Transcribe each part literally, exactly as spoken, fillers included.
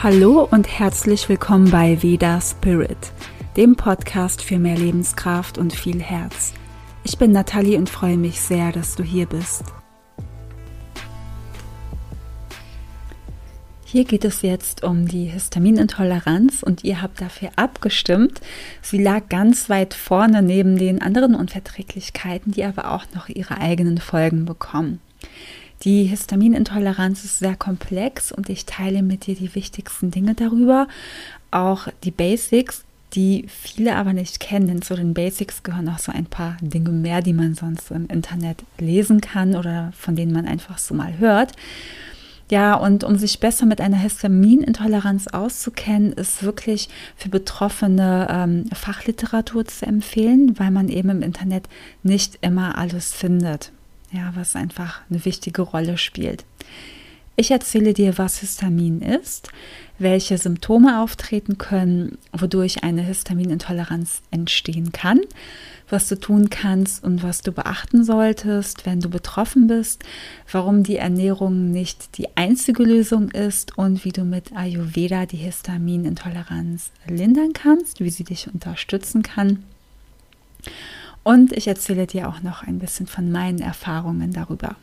Hallo und herzlich willkommen bei Veda Spirit, dem Podcast für mehr Lebenskraft und viel Herz. Ich bin Nathalie und freue mich sehr, dass du hier bist. Hier geht es jetzt um die Histaminintoleranz und ihr habt dafür abgestimmt. Sie lag ganz weit vorne neben den anderen Unverträglichkeiten, die aber auch noch ihre eigenen Folgen bekommen. Die Histaminintoleranz ist sehr komplex und ich teile mit dir die wichtigsten Dinge darüber, auch die Basics, die viele aber nicht kennen, denn zu den Basics gehören auch so ein paar Dinge mehr, die man sonst so im Internet lesen kann oder von denen man einfach so mal hört. Ja, und um sich besser mit einer Histaminintoleranz auszukennen, ist wirklich für Betroffene ähm, Fachliteratur zu empfehlen, weil man eben im Internet nicht immer alles findet. Ja, was einfach eine wichtige Rolle spielt. Ich erzähle dir, was Histamin ist, welche Symptome auftreten können, wodurch eine Histaminintoleranz entstehen kann, was du tun kannst und was du beachten solltest, wenn du betroffen bist, warum die Ernährung nicht die einzige Lösung ist und wie du mit Ayurveda die Histaminintoleranz lindern kannst, wie sie dich unterstützen kann. Und ich erzähle dir auch noch ein bisschen von meinen Erfahrungen darüber.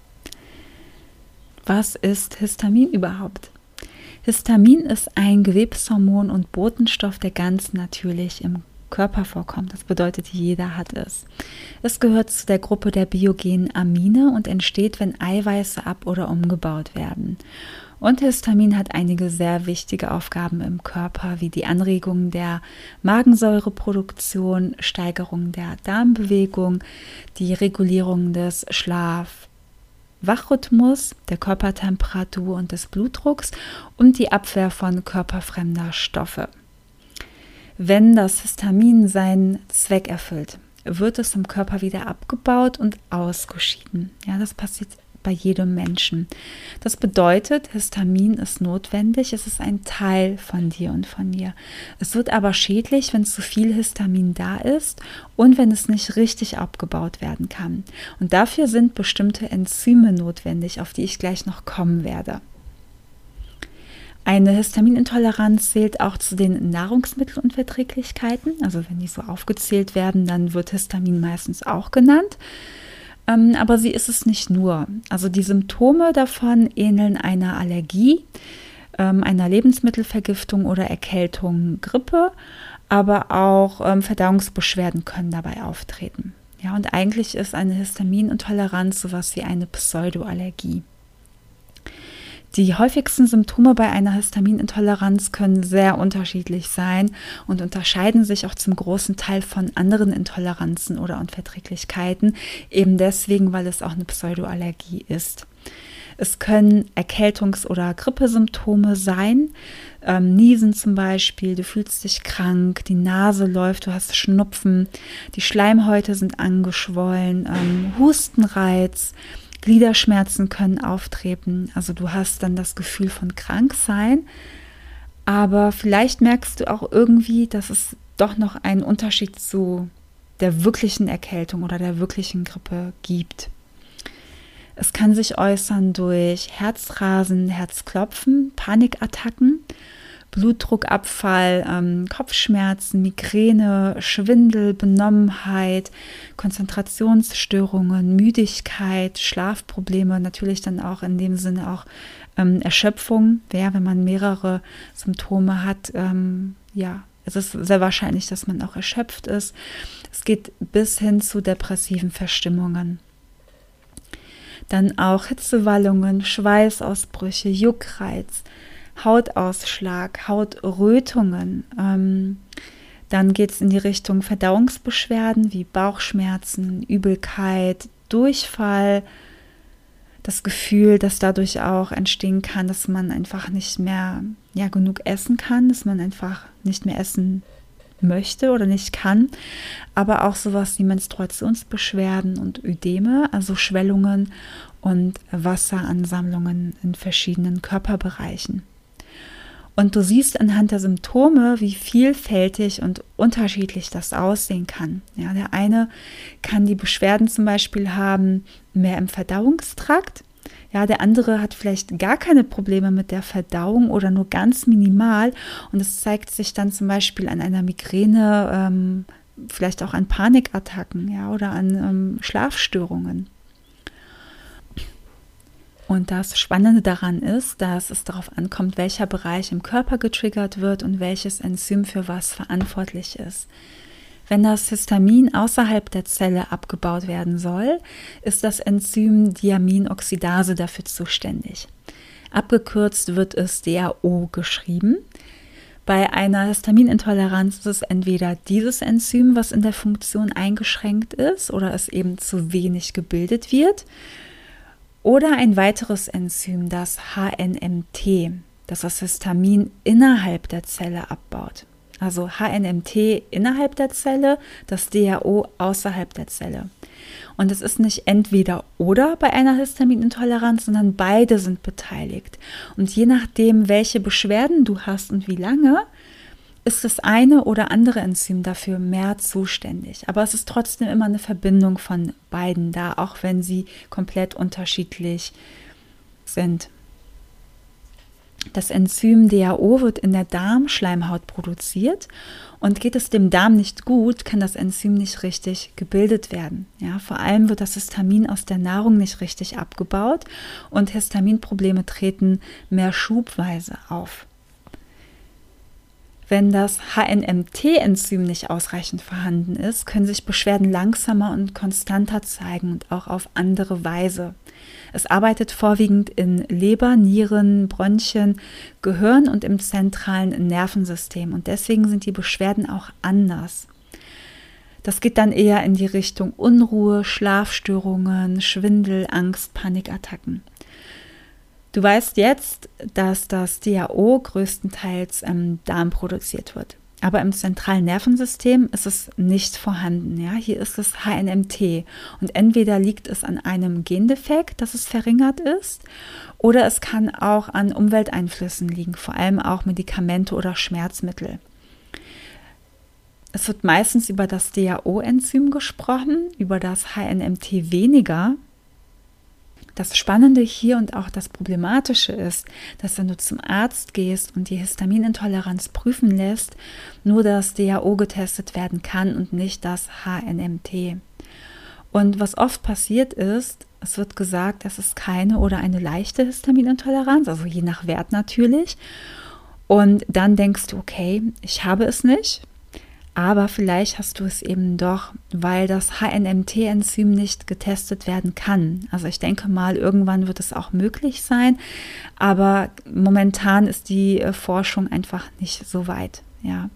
Was ist Histamin überhaupt? Histamin ist ein Gewebshormon und Botenstoff, der ganz natürlich im Körper vorkommt. Das bedeutet, jeder hat es. Es gehört zu der Gruppe der biogenen Amine und entsteht, wenn Eiweiße ab- oder umgebaut werden. Und Histamin hat einige sehr wichtige Aufgaben im Körper, wie die Anregung der Magensäureproduktion, Steigerung der Darmbewegung, die Regulierung des Schlaf-Wachrhythmus, der Körpertemperatur und des Blutdrucks und die Abwehr von körperfremder Stoffe. Wenn das Histamin seinen Zweck erfüllt, wird es im Körper wieder abgebaut und ausgeschieden. Ja, das passiert bei jedem Menschen. Das bedeutet, Histamin ist notwendig, es ist ein Teil von dir und von mir. Es wird aber schädlich, wenn zu viel Histamin da ist und wenn es nicht richtig abgebaut werden kann. Und dafür sind bestimmte Enzyme notwendig, auf die ich gleich noch kommen werde. Eine Histaminintoleranz zählt auch zu den Nahrungsmittelunverträglichkeiten. Also wenn die so aufgezählt werden, dann wird Histamin meistens auch genannt. Aber sie ist es nicht nur. Also die Symptome davon ähneln einer Allergie, einer Lebensmittelvergiftung oder Erkältung, Grippe, aber auch Verdauungsbeschwerden können dabei auftreten. Ja, und eigentlich ist eine Histaminintoleranz sowas wie eine Pseudoallergie. Die häufigsten Symptome bei einer Histaminintoleranz können sehr unterschiedlich sein und unterscheiden sich auch zum großen Teil von anderen Intoleranzen oder Unverträglichkeiten, eben deswegen, weil es auch eine Pseudoallergie ist. Es können Erkältungs- oder Grippesymptome sein, ähm, Niesen zum Beispiel, du fühlst dich krank, die Nase läuft, du hast Schnupfen, die Schleimhäute sind angeschwollen, ähm, Hustenreiz, Gliederschmerzen können auftreten, also du hast dann das Gefühl von Kranksein, aber vielleicht merkst du auch irgendwie, dass es doch noch einen Unterschied zu der wirklichen Erkältung oder der wirklichen Grippe gibt. Es kann sich äußern durch Herzrasen, Herzklopfen, Panikattacken, Blutdruckabfall, ähm, Kopfschmerzen, Migräne, Schwindel, Benommenheit, Konzentrationsstörungen, Müdigkeit, Schlafprobleme, natürlich dann auch in dem Sinne auch ähm, Erschöpfung. Ja, wenn man mehrere Symptome hat, ähm, ja, es ist sehr wahrscheinlich, dass man auch erschöpft ist. Es geht bis hin zu depressiven Verstimmungen. Dann auch Hitzewallungen, Schweißausbrüche, Juckreiz, Hautausschlag, Hautrötungen. Ähm, dann geht es in die Richtung Verdauungsbeschwerden wie Bauchschmerzen, Übelkeit, Durchfall. Das Gefühl, dass dadurch auch entstehen kann, dass man einfach nicht mehr ja, genug essen kann, dass man einfach nicht mehr essen möchte oder nicht kann. Aber auch sowas wie Menstruationsbeschwerden und Ödeme, also Schwellungen und Wasseransammlungen in verschiedenen Körperbereichen. Und du siehst anhand der Symptome, wie vielfältig und unterschiedlich das aussehen kann. Ja, der eine kann die Beschwerden zum Beispiel haben mehr im Verdauungstrakt, Ja, der andere hat vielleicht gar keine Probleme mit der Verdauung oder nur ganz minimal. Und es zeigt sich dann zum Beispiel an einer Migräne, ähm, vielleicht auch an Panikattacken, ja, oder an ähm, Schlafstörungen. Und das Spannende daran ist, dass es darauf ankommt, welcher Bereich im Körper getriggert wird und welches Enzym für was verantwortlich ist. Wenn das Histamin außerhalb der Zelle abgebaut werden soll, ist das Enzym Diaminoxidase dafür zuständig. Abgekürzt wird es D H O geschrieben. Bei einer Histaminintoleranz ist es entweder dieses Enzym, was in der Funktion eingeschränkt ist oder es eben zu wenig gebildet wird, oder ein weiteres Enzym, das H N M T, das das Histamin innerhalb der Zelle abbaut. Also H N M T innerhalb der Zelle, das D H O außerhalb der Zelle. Und es ist nicht entweder oder bei einer Histaminintoleranz, sondern beide sind beteiligt. Und je nachdem, welche Beschwerden du hast und wie lange, ist das eine oder andere Enzym dafür mehr zuständig. Aber es ist trotzdem immer eine Verbindung von beiden da, auch wenn sie komplett unterschiedlich sind. Das Enzym D H O wird in der Darmschleimhaut produziert und geht es dem Darm nicht gut, kann das Enzym nicht richtig gebildet werden. Ja, vor allem wird das Histamin aus der Nahrung nicht richtig abgebaut und Histaminprobleme treten mehr schubweise auf. Wenn das H N M T-Enzym nicht ausreichend vorhanden ist, können sich Beschwerden langsamer und konstanter zeigen und auch auf andere Weise. Es arbeitet vorwiegend in Leber, Nieren, Bronchien, Gehirn und im zentralen Nervensystem. Und deswegen sind die Beschwerden auch anders. Das geht dann eher in die Richtung Unruhe, Schlafstörungen, Schwindel, Angst, Panikattacken. Du weißt jetzt, dass das D H O größtenteils im Darm produziert wird. Aber im zentralen Nervensystem ist es nicht vorhanden. Ja? Hier ist es H N M T. Und entweder liegt es an einem Gendefekt, dass es verringert ist, oder es kann auch an Umwelteinflüssen liegen, vor allem auch Medikamente oder Schmerzmittel. Es wird meistens über das D H O-Enzym gesprochen, über das H N M T weniger. Das Spannende hier und auch das Problematische ist, dass wenn du zum Arzt gehst und die Histaminintoleranz prüfen lässt, nur das D H O getestet werden kann und nicht das H N M T. Und was oft passiert ist, es wird gesagt, das ist keine oder eine leichte Histaminintoleranz, also je nach Wert natürlich. Und dann denkst du, okay, ich habe es nicht. Aber vielleicht hast du es eben doch, weil das H N M T-Enzym nicht getestet werden kann. Also ich denke mal, irgendwann wird es auch möglich sein, aber momentan ist die Forschung einfach nicht so weit. Ja.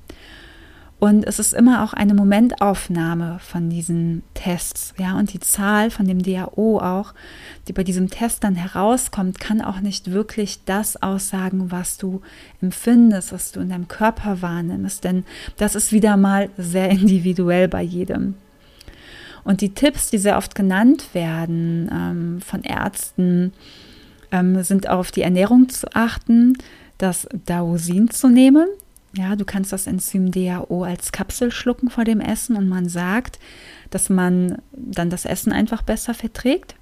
Und es ist immer auch eine Momentaufnahme von diesen Tests. Ja, und die Zahl von dem D H O auch, die bei diesem Test dann herauskommt, kann auch nicht wirklich das aussagen, was du empfindest, was du in deinem Körper wahrnimmst. Denn das ist wieder mal sehr individuell bei jedem. Und die Tipps, die sehr oft genannt werden ähm, von Ärzten, ähm, sind auf die Ernährung zu achten, das Daosin zu nehmen. Ja, du kannst das Enzym D H O als Kapsel schlucken vor dem Essen und man sagt, dass man dann das Essen einfach besser verträgt.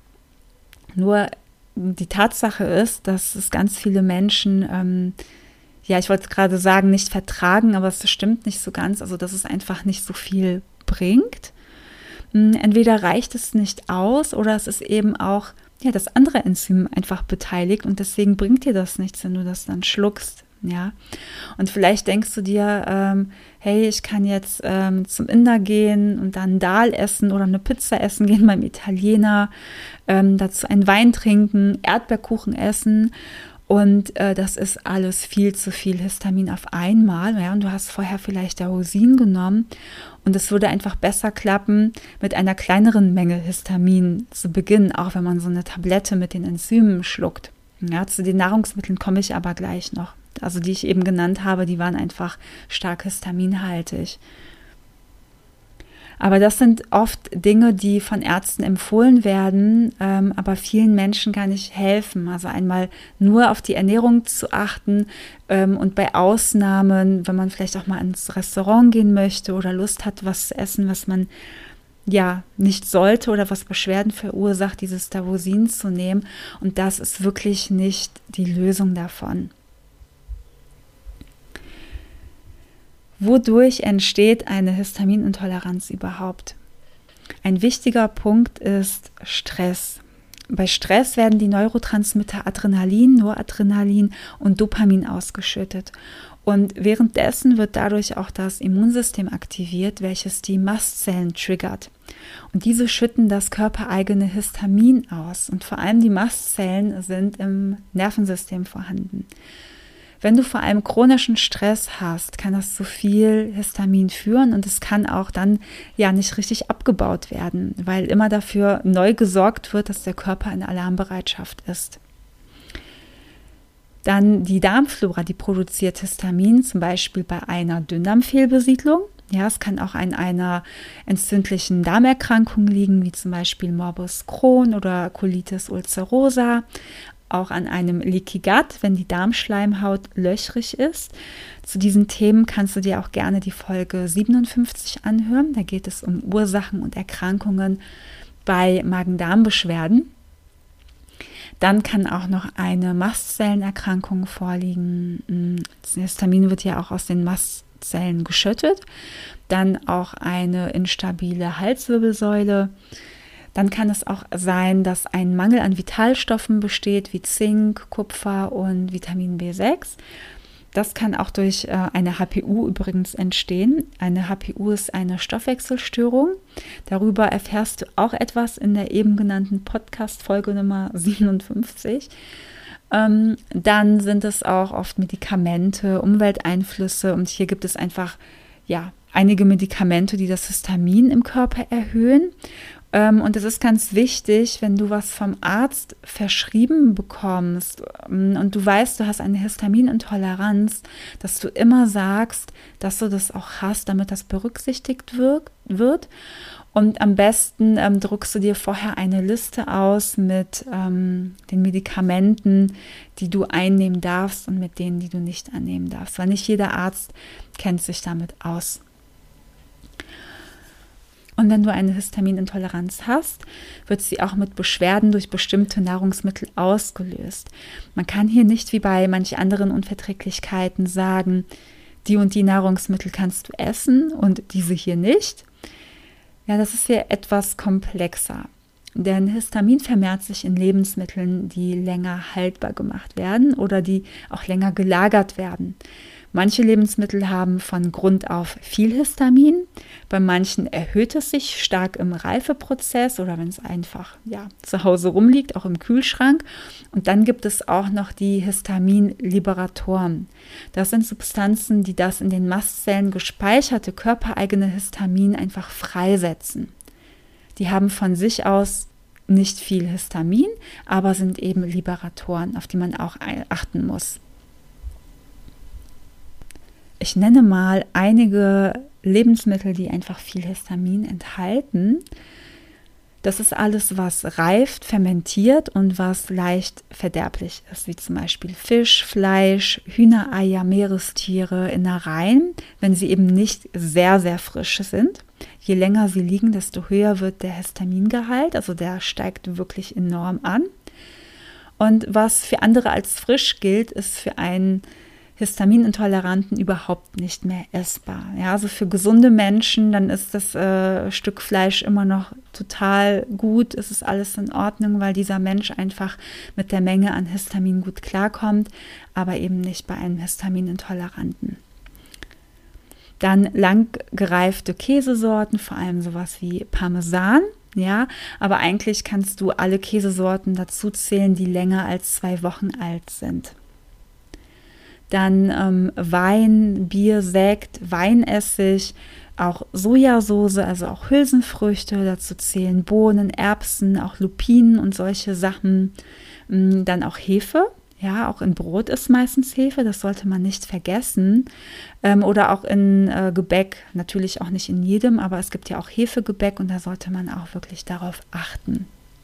Nur die Tatsache ist, dass es ganz viele Menschen, ähm, ja, ich wollte gerade sagen, nicht vertragen, aber es stimmt nicht so ganz, also dass es einfach nicht so viel bringt. Entweder reicht es nicht aus oder es ist eben auch ja, das andere Enzym einfach beteiligt und deswegen bringt dir das nichts, wenn du das dann schluckst. Ja, und vielleicht denkst du dir, ähm, hey, ich kann jetzt ähm, zum Inder gehen und dann Dal essen oder eine Pizza essen gehen beim Italiener, ähm, dazu einen Wein trinken, Erdbeerkuchen essen und äh, das ist alles viel zu viel Histamin auf einmal. Ja, und du hast vorher vielleicht Daosin genommen und es würde einfach besser klappen, mit einer kleineren Menge Histamin zu beginnen, auch wenn man so eine Tablette mit den Enzymen schluckt. Ja, zu den Nahrungsmitteln komme ich aber gleich noch. Also die ich eben genannt habe, die waren einfach stark histaminhaltig. Aber das sind oft Dinge, die von Ärzten empfohlen werden, ähm, aber vielen Menschen gar nicht helfen. Also einmal nur auf die Ernährung zu achten ähm, und bei Ausnahmen, wenn man vielleicht auch mal ins Restaurant gehen möchte oder Lust hat, was zu essen, was man ja nicht sollte oder was Beschwerden verursacht, dieses Davosin zu nehmen. Und das ist wirklich nicht die Lösung davon. Wodurch entsteht eine Histaminintoleranz überhaupt? Ein wichtiger Punkt ist Stress. Bei Stress werden die Neurotransmitter Adrenalin, Noradrenalin und Dopamin ausgeschüttet. Und währenddessen wird dadurch auch das Immunsystem aktiviert, welches die Mastzellen triggert. Und diese schütten das körpereigene Histamin aus. Und vor allem die Mastzellen sind im Nervensystem vorhanden. Wenn du vor allem chronischen Stress hast, kann das zu viel Histamin führen und es kann auch dann ja nicht richtig abgebaut werden, weil immer dafür neu gesorgt wird, dass der Körper in Alarmbereitschaft ist. Dann die Darmflora, die produziert Histamin, zum Beispiel bei einer Dünndarmfehlbesiedlung. Ja, es kann auch an einer entzündlichen Darmerkrankung liegen, wie zum Beispiel Morbus Crohn oder Colitis ulcerosa. Auch an einem Leaky Gut, wenn die Darmschleimhaut löchrig ist. Zu diesen Themen kannst du dir auch gerne die Folge siebenundfünfzig anhören. Da geht es um Ursachen und Erkrankungen bei Magen-Darm-Beschwerden. Dann kann auch noch eine Mastzellenerkrankung vorliegen. Das Histamin wird ja auch aus den Mastzellen geschüttet. Dann auch eine instabile Halswirbelsäule. Dann kann es auch sein, dass ein Mangel an Vitalstoffen besteht, wie Zink, Kupfer und Vitamin B sechs. Das kann auch durch äh, eine H P U übrigens entstehen. Eine H P U ist eine Stoffwechselstörung. Darüber erfährst du auch etwas in der eben genannten Podcast-Folge Nummer siebenundfünfzig. Ähm, dann sind es auch oft Medikamente, Umwelteinflüsse und hier gibt es einfach ja, einige Medikamente, die das Histamin im Körper erhöhen. Und es ist ganz wichtig, wenn du was vom Arzt verschrieben bekommst und du weißt, du hast eine Histaminintoleranz, dass du immer sagst, dass du das auch hast, damit das berücksichtigt wird. Und am besten ähm, druckst du dir vorher eine Liste aus mit ähm, den Medikamenten, die du einnehmen darfst und mit denen, die du nicht annehmen darfst. Weil nicht jeder Arzt kennt sich damit aus. Und wenn du eine Histaminintoleranz hast, wird sie auch mit Beschwerden durch bestimmte Nahrungsmittel ausgelöst. Man kann hier nicht wie bei manch anderen Unverträglichkeiten sagen, die und die Nahrungsmittel kannst du essen und diese hier nicht. Ja, das ist hier etwas komplexer. Denn Histamin vermehrt sich in Lebensmitteln, die länger haltbar gemacht werden oder die auch länger gelagert werden. Manche Lebensmittel haben von Grund auf viel Histamin, bei manchen erhöht es sich stark im Reifeprozess oder wenn es einfach ja, zu Hause rumliegt, auch im Kühlschrank. Und dann gibt es auch noch die Histaminliberatoren. Das sind Substanzen, die das in den Mastzellen gespeicherte körpereigene Histamin einfach freisetzen. Die haben von sich aus nicht viel Histamin, aber sind eben Liberatoren, auf die man auch achten muss. Ich nenne mal einige Lebensmittel, die einfach viel Histamin enthalten. Das ist alles, was reift, fermentiert und was leicht verderblich ist, wie zum Beispiel Fisch, Fleisch, Hühnereier, Meerestiere, Innereien, wenn sie eben nicht sehr, sehr frisch sind. Je länger sie liegen, desto höher wird der Histamingehalt, also der steigt wirklich enorm an. Und was für andere als frisch gilt, ist für einen Histaminintoleranten überhaupt nicht mehr essbar. Ja, also für gesunde Menschen, dann ist das äh, Stück Fleisch immer noch total gut, es ist alles in Ordnung, weil dieser Mensch einfach mit der Menge an Histamin gut klarkommt, aber eben nicht bei einem Histaminintoleranten. Dann lang gereifte Käsesorten, vor allem sowas wie Parmesan. Ja, aber eigentlich kannst du alle Käsesorten dazu zählen, die länger als zwei Wochen alt sind. Dann ähm, Wein, Bier, Sekt, Weinessig, auch Sojasauce, also auch Hülsenfrüchte, dazu zählen Bohnen, Erbsen, auch Lupinen und solche Sachen. Dann auch Hefe, ja, auch in Brot ist meistens Hefe, das sollte man nicht vergessen. Ähm, oder auch in äh, Gebäck, natürlich auch nicht in jedem, aber es gibt ja auch Hefegebäck und da sollte man auch wirklich darauf achten.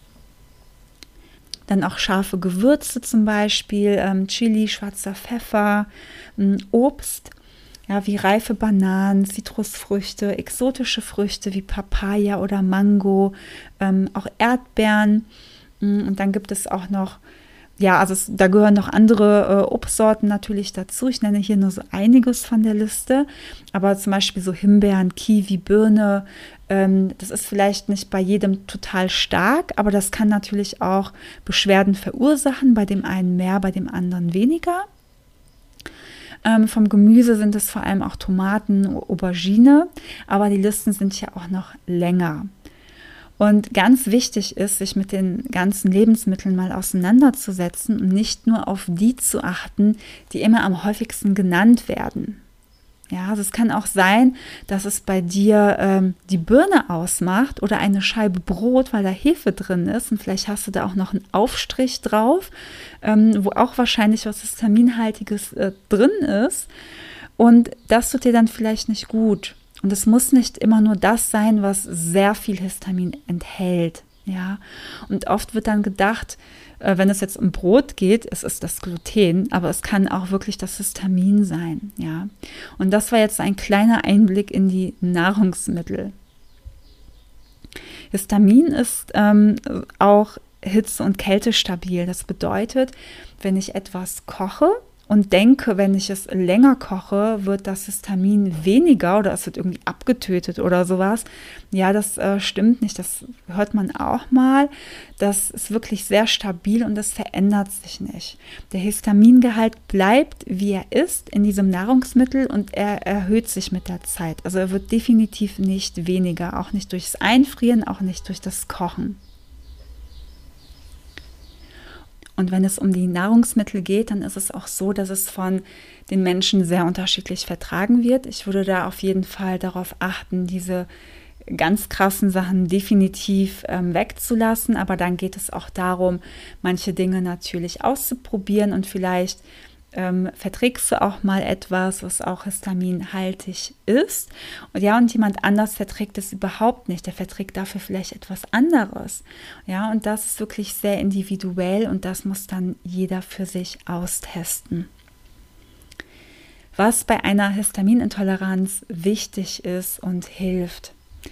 Dann auch scharfe Gewürze zum Beispiel, ähm, Chili, schwarzer Pfeffer, ähm, Obst. Ja, wie reife Bananen, Zitrusfrüchte, exotische Früchte wie Papaya oder Mango, ähm, auch Erdbeeren. Und dann gibt es auch noch, ja, also es, da gehören noch andere äh, Obstsorten natürlich dazu. Ich nenne hier nur so einiges von der Liste, aber zum Beispiel so Himbeeren, Kiwi, Birne, ähm, das ist vielleicht nicht bei jedem total stark, aber das kann natürlich auch Beschwerden verursachen, bei dem einen mehr, bei dem anderen weniger. Ähm, vom Gemüse sind es vor allem auch Tomaten, Aubergine, aber die Listen sind ja auch noch länger. Und ganz wichtig ist, sich mit den ganzen Lebensmitteln mal auseinanderzusetzen und nicht nur auf die zu achten, die immer am häufigsten genannt werden. Ja, also es kann auch sein, dass es bei dir ähm, die Birne ausmacht oder eine Scheibe Brot, weil da Hefe drin ist und vielleicht hast du da auch noch einen Aufstrich drauf, ähm, wo auch wahrscheinlich was Histaminhaltiges äh, drin ist, und das tut dir dann vielleicht nicht gut. Und es muss nicht immer nur das sein, was sehr viel Histamin enthält. Ja? Und oft wird dann gedacht, äh, wenn es jetzt um Brot geht, es ist das Gluten, aber es kann auch wirklich das Histamin sein. Ja? Und das war jetzt ein kleiner Einblick in die Nahrungsmittel. Histamin ist ähm, auch hitze- und kältestabil. Das bedeutet, wenn ich etwas koche und denke, wenn ich es länger koche, wird das Histamin weniger oder es wird irgendwie abgetötet oder sowas. Ja, das äh, stimmt nicht. Das hört man auch mal. Das ist wirklich sehr stabil und das verändert sich nicht. Der Histamingehalt bleibt, wie er ist, in diesem Nahrungsmittel und er erhöht sich mit der Zeit. Also er wird definitiv nicht weniger, auch nicht durchs Einfrieren, auch nicht durch das Kochen. Und wenn es um die Nahrungsmittel geht, dann ist es auch so, dass es von den Menschen sehr unterschiedlich vertragen wird. Ich würde da auf jeden Fall darauf achten, diese ganz krassen Sachen definitiv ähm, wegzulassen. Aber dann geht es auch darum, manche Dinge natürlich auszuprobieren und vielleicht ähm, verträgst du auch mal etwas, was auch histaminhaltig ist. Und ja, und jemand anders verträgt es überhaupt nicht. Der verträgt dafür vielleicht etwas anderes. Ja, und das ist wirklich sehr individuell und das muss dann jeder für sich austesten. Was bei einer Histaminintoleranz wichtig ist und hilft: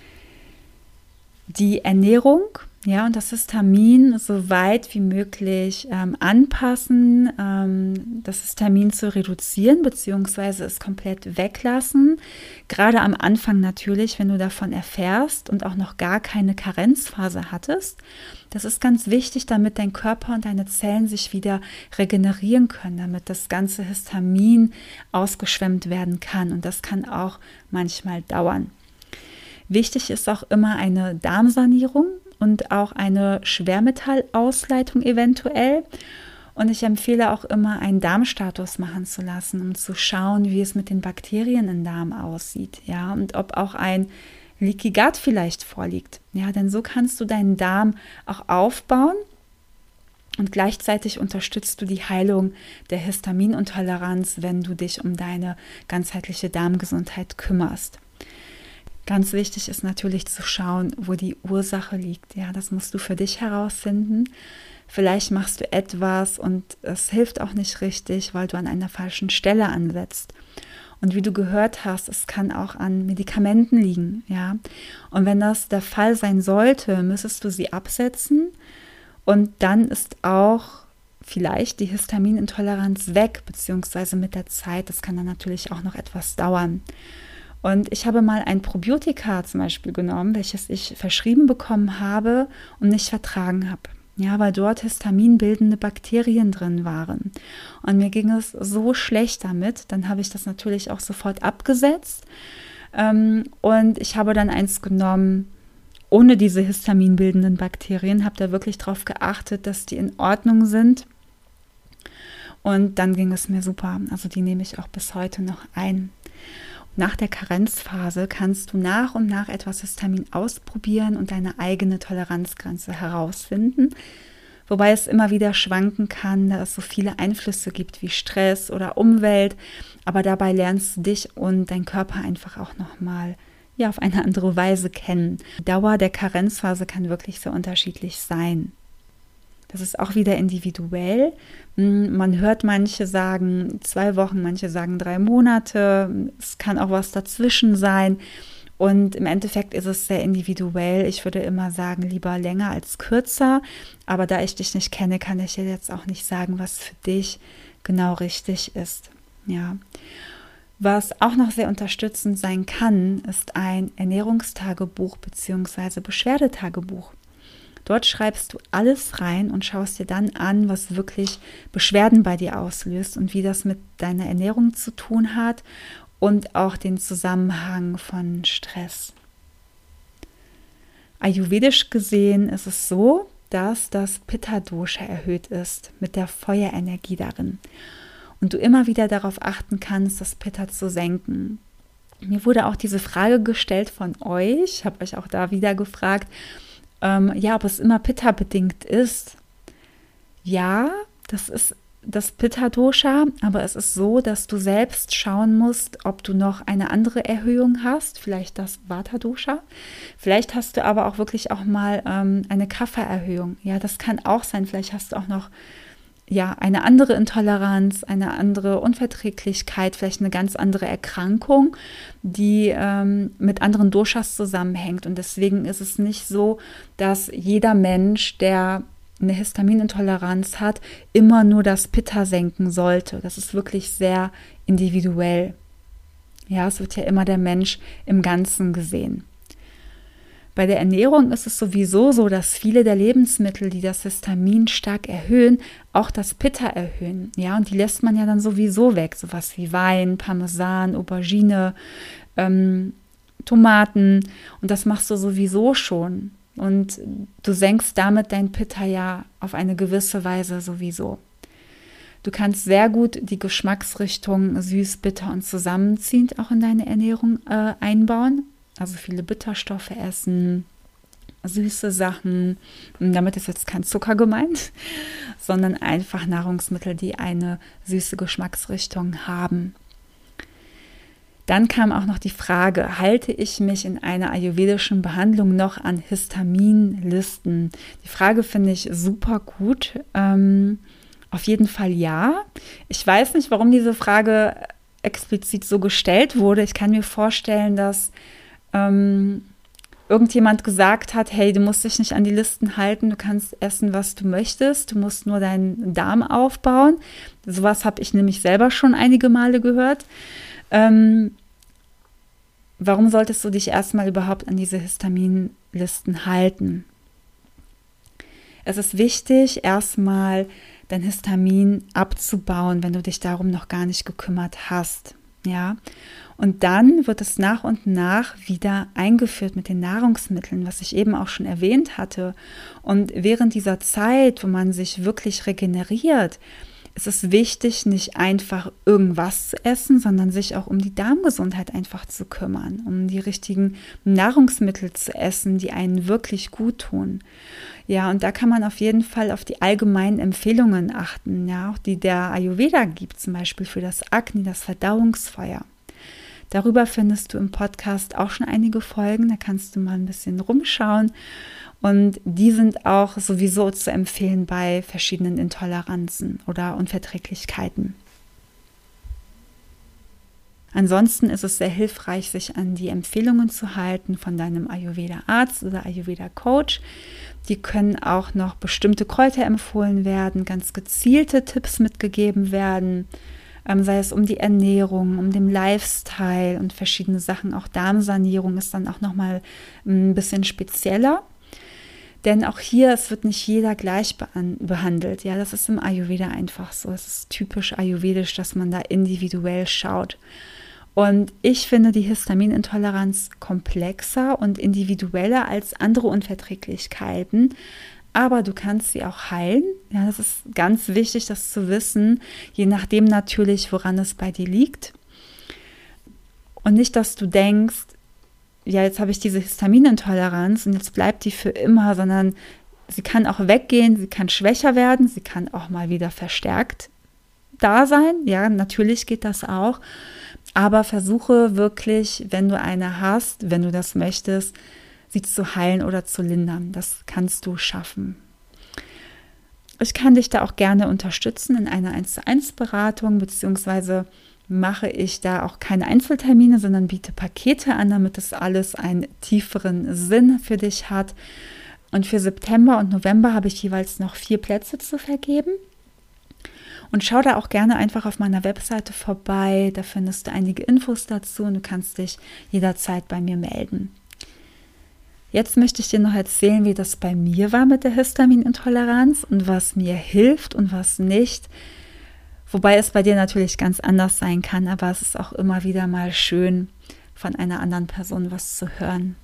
die Ernährung, ja, und das Histamin so weit wie möglich ähm, anpassen, ähm, das Histamin zu reduzieren bzw. es komplett weglassen. Gerade am Anfang natürlich, wenn du davon erfährst und auch noch gar keine Karenzphase hattest. Das ist ganz wichtig, damit dein Körper und deine Zellen sich wieder regenerieren können, damit das ganze Histamin ausgeschwemmt werden kann. Und das kann auch manchmal dauern. Wichtig ist auch immer eine Darmsanierung und auch eine Schwermetallausleitung eventuell. Und ich empfehle auch immer, einen Darmstatus machen zu lassen, um zu schauen, wie es mit den Bakterien im Darm aussieht. Ja, und ob auch ein Leaky Gut vielleicht vorliegt. Ja, denn so kannst du deinen Darm auch aufbauen und gleichzeitig unterstützt du die Heilung der Histaminintoleranz, wenn du dich um deine ganzheitliche Darmgesundheit kümmerst. Ganz wichtig ist natürlich zu schauen, wo die Ursache liegt. Ja, das musst du für dich herausfinden. Vielleicht machst du etwas und es hilft auch nicht richtig, weil du an einer falschen Stelle ansetzt. Und wie du gehört hast, es kann auch an Medikamenten liegen. Ja, und wenn das der Fall sein sollte, müsstest du sie absetzen und dann ist auch vielleicht die Histaminintoleranz weg, beziehungsweise mit der Zeit. Das kann dann natürlich auch noch etwas dauern. Und ich habe mal ein Probiotika zum Beispiel genommen, welches ich verschrieben bekommen habe und nicht vertragen habe. Ja, weil dort histaminbildende Bakterien drin waren. Und mir ging es so schlecht damit, dann habe ich das natürlich auch sofort abgesetzt. Und ich habe dann eins genommen ohne diese histaminbildenden Bakterien, habe da wirklich darauf geachtet, dass die in Ordnung sind. Und dann ging es mir super. Also die nehme ich auch bis heute noch ein. Nach der Karenzphase kannst du nach und nach etwas Histamin ausprobieren und deine eigene Toleranzgrenze herausfinden, wobei es immer wieder schwanken kann, da es so viele Einflüsse gibt wie Stress oder Umwelt, aber dabei lernst du dich und dein Körper einfach auch nochmal ja, auf eine andere Weise kennen. Die Dauer der Karenzphase kann wirklich sehr unterschiedlich sein. Das ist auch wieder individuell. Man hört manche sagen zwei Wochen, manche sagen drei Monate. Es kann auch was dazwischen sein. Und im Endeffekt ist es sehr individuell. Ich würde immer sagen, lieber länger als kürzer. Aber da ich dich nicht kenne, kann ich dir jetzt auch nicht sagen, was für dich genau richtig ist. Ja. Was auch noch sehr unterstützend sein kann, ist ein Ernährungstagebuch bzw. Beschwerdetagebuch. Dort schreibst du alles rein und schaust dir dann an, was wirklich Beschwerden bei dir auslöst und wie das mit deiner Ernährung zu tun hat und auch den Zusammenhang von Stress. Ayurvedisch gesehen ist es so, dass das Pitta-Dosha erhöht ist mit der Feuerenergie darin und du immer wieder darauf achten kannst, das Pitta zu senken. Mir wurde auch diese Frage gestellt von euch, ich habe euch auch da wieder gefragt, ähm, ja, ob es immer Pitta-bedingt ist. Ja, das ist das Pitta-Dosha, aber es ist so, dass du selbst schauen musst, ob du noch eine andere Erhöhung hast, vielleicht das Vata-Dosha. Vielleicht hast du aber auch wirklich auch mal ähm, eine Kapha-Erhöhung. Ja, das kann auch sein. Vielleicht hast du auch noch ja, eine andere Intoleranz, eine andere Unverträglichkeit, vielleicht eine ganz andere Erkrankung, die ähm, mit anderen Doshas zusammenhängt. Und deswegen ist es nicht so, dass jeder Mensch, der eine Histaminintoleranz hat, immer nur das Pitta senken sollte. Das ist wirklich sehr individuell. Ja, es wird ja immer der Mensch im Ganzen gesehen. Bei der Ernährung ist es sowieso so, dass viele der Lebensmittel, die das Histamin stark erhöhen, auch das Pitta erhöhen. Ja, und die lässt man ja dann sowieso weg. Sowas wie Wein, Parmesan, Aubergine, ähm, Tomaten. Und das machst du sowieso schon. Und du senkst damit dein Pitta ja auf eine gewisse Weise sowieso. Du kannst sehr gut die Geschmacksrichtung süß, bitter und zusammenziehend auch in deine Ernährung äh, einbauen. Also viele Bitterstoffe essen, süße Sachen. Damit ist jetzt kein Zucker gemeint, sondern einfach Nahrungsmittel, die eine süße Geschmacksrichtung haben. Dann kam auch noch die Frage, halte ich mich in einer ayurvedischen Behandlung noch an Histaminlisten? Die Frage finde ich super gut. Ähm, auf jeden Fall ja. Ich weiß nicht, warum diese Frage explizit so gestellt wurde. Ich kann mir vorstellen, dass ähm, irgendjemand gesagt hat, hey, du musst dich nicht an die Listen halten, du kannst essen, was du möchtest, du musst nur deinen Darm aufbauen. Sowas habe ich nämlich selber schon einige Male gehört. Ähm, warum solltest du dich erstmal überhaupt an diese Histaminlisten halten? Es ist wichtig, erstmal dein Histamin abzubauen, wenn du dich darum noch gar nicht gekümmert hast. Ja? Und dann wird es nach und nach wieder eingeführt mit den Nahrungsmitteln, was ich eben auch schon erwähnt hatte. Und während dieser Zeit, wo man sich wirklich regeneriert, es ist wichtig, nicht einfach irgendwas zu essen, sondern sich auch um die Darmgesundheit einfach zu kümmern, um die richtigen Nahrungsmittel zu essen, die einen wirklich gut tun. Ja, und da kann man auf jeden Fall auf die allgemeinen Empfehlungen achten, ja, auch die der Ayurveda gibt, zum Beispiel für das Agni, das Verdauungsfeuer. Darüber findest du im Podcast auch schon einige Folgen, da kannst du mal ein bisschen rumschauen. Und die sind auch sowieso zu empfehlen bei verschiedenen Intoleranzen oder Unverträglichkeiten. Ansonsten ist es sehr hilfreich, sich an die Empfehlungen zu halten von deinem Ayurveda-Arzt oder Ayurveda-Coach. Die können auch noch bestimmte Kräuter empfohlen werden, ganz gezielte Tipps mitgegeben werden, ähm, sei es um die Ernährung, um den Lifestyle und verschiedene Sachen. Auch Darmsanierung ist dann auch nochmal ein bisschen spezieller. Denn auch hier, es wird nicht jeder gleich behandelt. Ja, das ist im Ayurveda einfach so. Es ist typisch ayurvedisch, dass man da individuell schaut. Und ich finde die Histaminintoleranz komplexer und individueller als andere Unverträglichkeiten. Aber du kannst sie auch heilen. Ja, das ist ganz wichtig, das zu wissen, je nachdem natürlich, woran es bei dir liegt. Und nicht, dass du denkst, ja, jetzt habe ich diese Histaminintoleranz und jetzt bleibt die für immer, sondern sie kann auch weggehen, sie kann schwächer werden, sie kann auch mal wieder verstärkt da sein. Ja, natürlich geht das auch, aber versuche wirklich, wenn du eine hast, wenn du das möchtest, sie zu heilen oder zu lindern. Das kannst du schaffen. Ich kann dich da auch gerne unterstützen in einer eins zu eins Beratung, beziehungsweise mache ich da auch keine Einzeltermine, sondern biete Pakete an, damit das alles einen tieferen Sinn für dich hat. Und für September und November habe ich jeweils noch vier Plätze zu vergeben. Und schau da auch gerne einfach auf meiner Webseite vorbei, da findest du einige Infos dazu und du kannst dich jederzeit bei mir melden. Jetzt möchte ich dir noch erzählen, wie das bei mir war mit der Histaminintoleranz und was mir hilft und was nicht. Wobei es bei dir natürlich ganz anders sein kann, aber es ist auch immer wieder mal schön, von einer anderen Person was zu hören.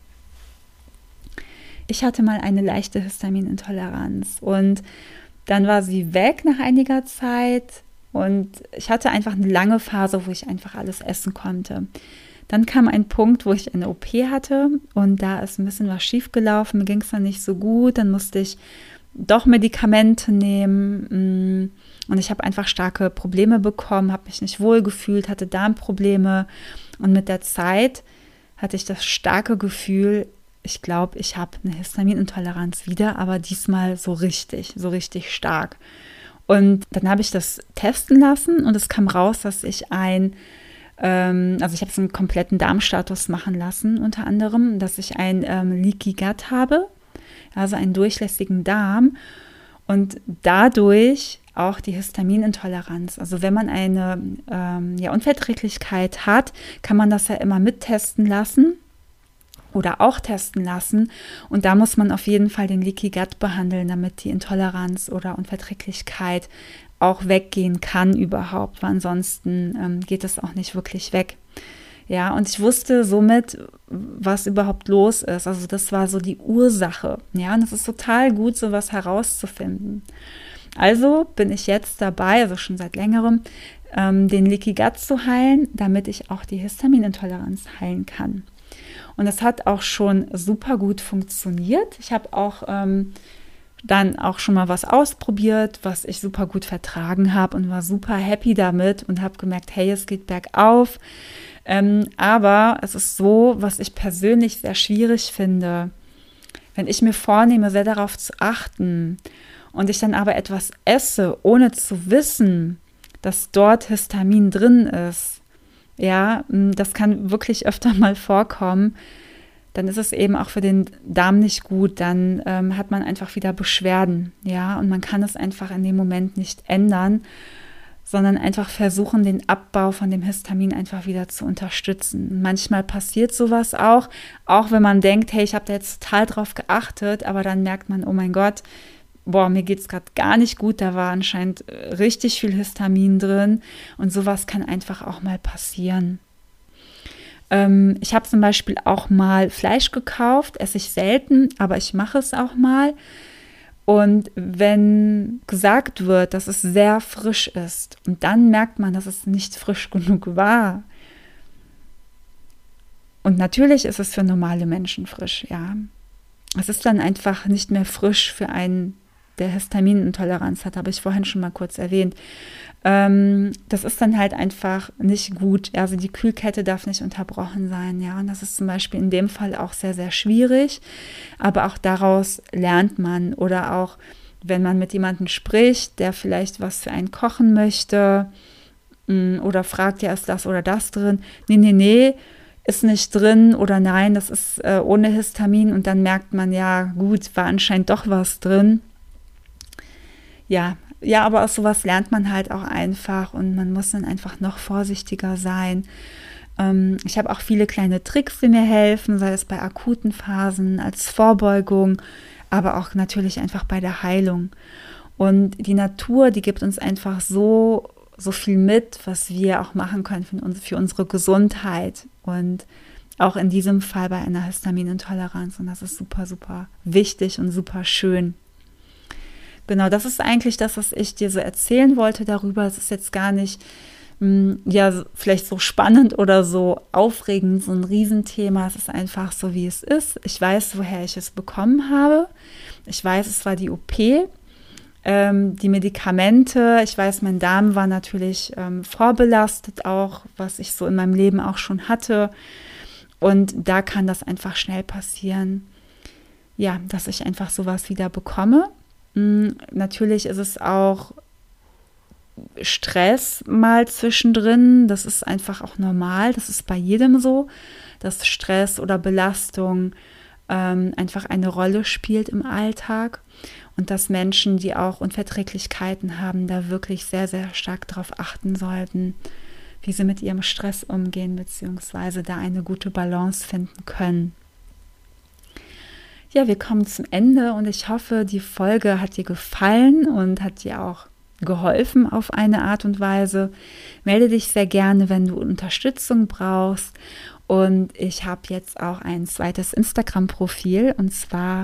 Ich hatte mal eine leichte Histaminintoleranz und dann war sie weg nach einiger Zeit und ich hatte einfach eine lange Phase, wo ich einfach alles essen konnte. Dann kam ein Punkt, wo ich eine O P hatte und da ist ein bisschen was schiefgelaufen, mir ging es dann nicht so gut, dann musste ich doch Medikamente nehmen und ich habe einfach starke Probleme bekommen, habe mich nicht wohl gefühlt, hatte Darmprobleme und mit der Zeit hatte ich das starke Gefühl, ich glaube, ich habe eine Histaminintoleranz wieder, aber diesmal so richtig, so richtig stark. Und dann habe ich das testen lassen und es kam raus, dass ich ein Also ich habe es einen kompletten Darmstatus machen lassen, unter anderem, dass ich ein ähm, Leaky Gut habe, also einen durchlässigen Darm und dadurch auch die Histaminintoleranz. Also wenn man eine ähm, ja, Unverträglichkeit hat, kann man das ja immer mittesten lassen oder auch testen lassen und da muss man auf jeden Fall den Leaky Gut behandeln, damit die Intoleranz oder Unverträglichkeit auch weggehen kann überhaupt, weil ansonsten ähm, geht es auch nicht wirklich weg. Ja, und ich wusste somit, was überhaupt los ist. Also das war so die Ursache. Ja, und es ist total gut, sowas herauszufinden. Also bin ich jetzt dabei, also schon seit längerem, ähm, den Leaky Gut zu heilen, damit ich auch die Histaminintoleranz heilen kann. Und das hat auch schon super gut funktioniert. Ich habe auch ähm, dann auch schon mal was ausprobiert, was ich super gut vertragen habe und war super happy damit und habe gemerkt, hey, es geht bergauf. Ähm, aber es ist so, was ich persönlich sehr schwierig finde, wenn ich mir vornehme, sehr darauf zu achten und ich dann aber etwas esse, ohne zu wissen, dass dort Histamin drin ist. Ja, das kann wirklich öfter mal vorkommen. Dann ist es eben auch für den Darm nicht gut, dann ähm, hat man einfach wieder Beschwerden, ja, und man kann es einfach in dem Moment nicht ändern, sondern einfach versuchen, den Abbau von dem Histamin einfach wieder zu unterstützen. Manchmal passiert sowas auch, auch wenn man denkt, hey, ich habe da jetzt total drauf geachtet, aber dann merkt man, oh mein Gott, boah, mir geht es gerade gar nicht gut, da war anscheinend richtig viel Histamin drin und sowas kann einfach auch mal passieren. Ich habe zum Beispiel auch mal Fleisch gekauft, esse ich selten, aber ich mache es auch mal. Und wenn gesagt wird, dass es sehr frisch ist und dann merkt man, dass es nicht frisch genug war. Und natürlich ist es für normale Menschen frisch, ja. Es ist dann einfach nicht mehr frisch für einen, der Histaminintoleranz hat, habe ich vorhin schon mal kurz erwähnt. Ähm, das ist dann halt einfach nicht gut. Also die Kühlkette darf nicht unterbrochen sein, ja. Und das ist zum Beispiel in dem Fall auch sehr, sehr schwierig. Aber auch daraus lernt man oder auch, wenn man mit jemandem spricht, der vielleicht was für einen kochen möchte mh, oder fragt, ja, ist das oder das drin? Nee, nee, nee, ist nicht drin oder nein, das ist äh, ohne Histamin. Und dann merkt man, ja, gut, war anscheinend doch was drin. Ja, ja, aber aus sowas lernt man halt auch einfach und man muss dann einfach noch vorsichtiger sein. Ähm, ich habe auch viele kleine Tricks, die mir helfen, sei es bei akuten Phasen, als Vorbeugung, aber auch natürlich einfach bei der Heilung. Und die Natur, die gibt uns einfach so, so viel mit, was wir auch machen können für, uns, für unsere Gesundheit und auch in diesem Fall bei einer Histaminintoleranz. Und das ist super, super wichtig und super schön. Genau, das ist eigentlich das, was ich dir so erzählen wollte darüber. Es ist jetzt gar nicht, mh, ja, vielleicht so spannend oder so aufregend, so ein Riesenthema. Es ist einfach so, wie es ist. Ich weiß, woher ich es bekommen habe. Ich weiß, es war die O P, ähm, die Medikamente. Ich weiß, mein Darm war natürlich ähm, vorbelastet auch, was ich so in meinem Leben auch schon hatte. Und da kann das einfach schnell passieren, ja, dass ich einfach sowas wieder bekomme. Natürlich ist es auch Stress mal zwischendrin. Das ist einfach auch normal. Das ist bei jedem so, dass Stress oder Belastung ähm, einfach eine Rolle spielt im Alltag und dass Menschen, die auch Unverträglichkeiten haben, da wirklich sehr, sehr stark darauf achten sollten, wie sie mit ihrem Stress umgehen, beziehungsweise da eine gute Balance finden können. Ja, wir kommen zum Ende und ich hoffe, die Folge hat dir gefallen und hat dir auch geholfen auf eine Art und Weise. Melde dich sehr gerne, wenn du Unterstützung brauchst. Und ich habe jetzt auch ein zweites Instagram-Profil und zwar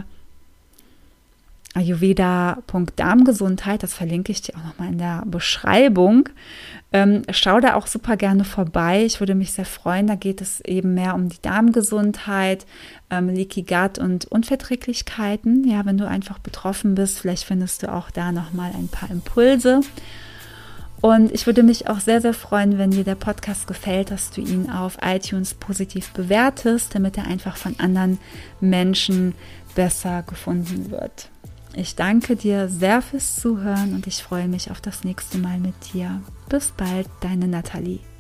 ayurveda punkt darmgesundheit. Das verlinke ich dir auch nochmal in der Beschreibung. Ähm, schau da auch super gerne vorbei. Ich würde mich sehr freuen. Da geht es eben mehr um die Darmgesundheit, ähm, Leaky Gut und Unverträglichkeiten. Ja, wenn du einfach betroffen bist, vielleicht findest du auch da nochmal ein paar Impulse. Und ich würde mich auch sehr, sehr freuen, wenn dir der Podcast gefällt, dass du ihn auf iTunes positiv bewertest, damit er einfach von anderen Menschen besser gefunden wird. Ich danke dir sehr fürs Zuhören und ich freue mich auf das nächste Mal mit dir. Bis bald, deine Nathalie.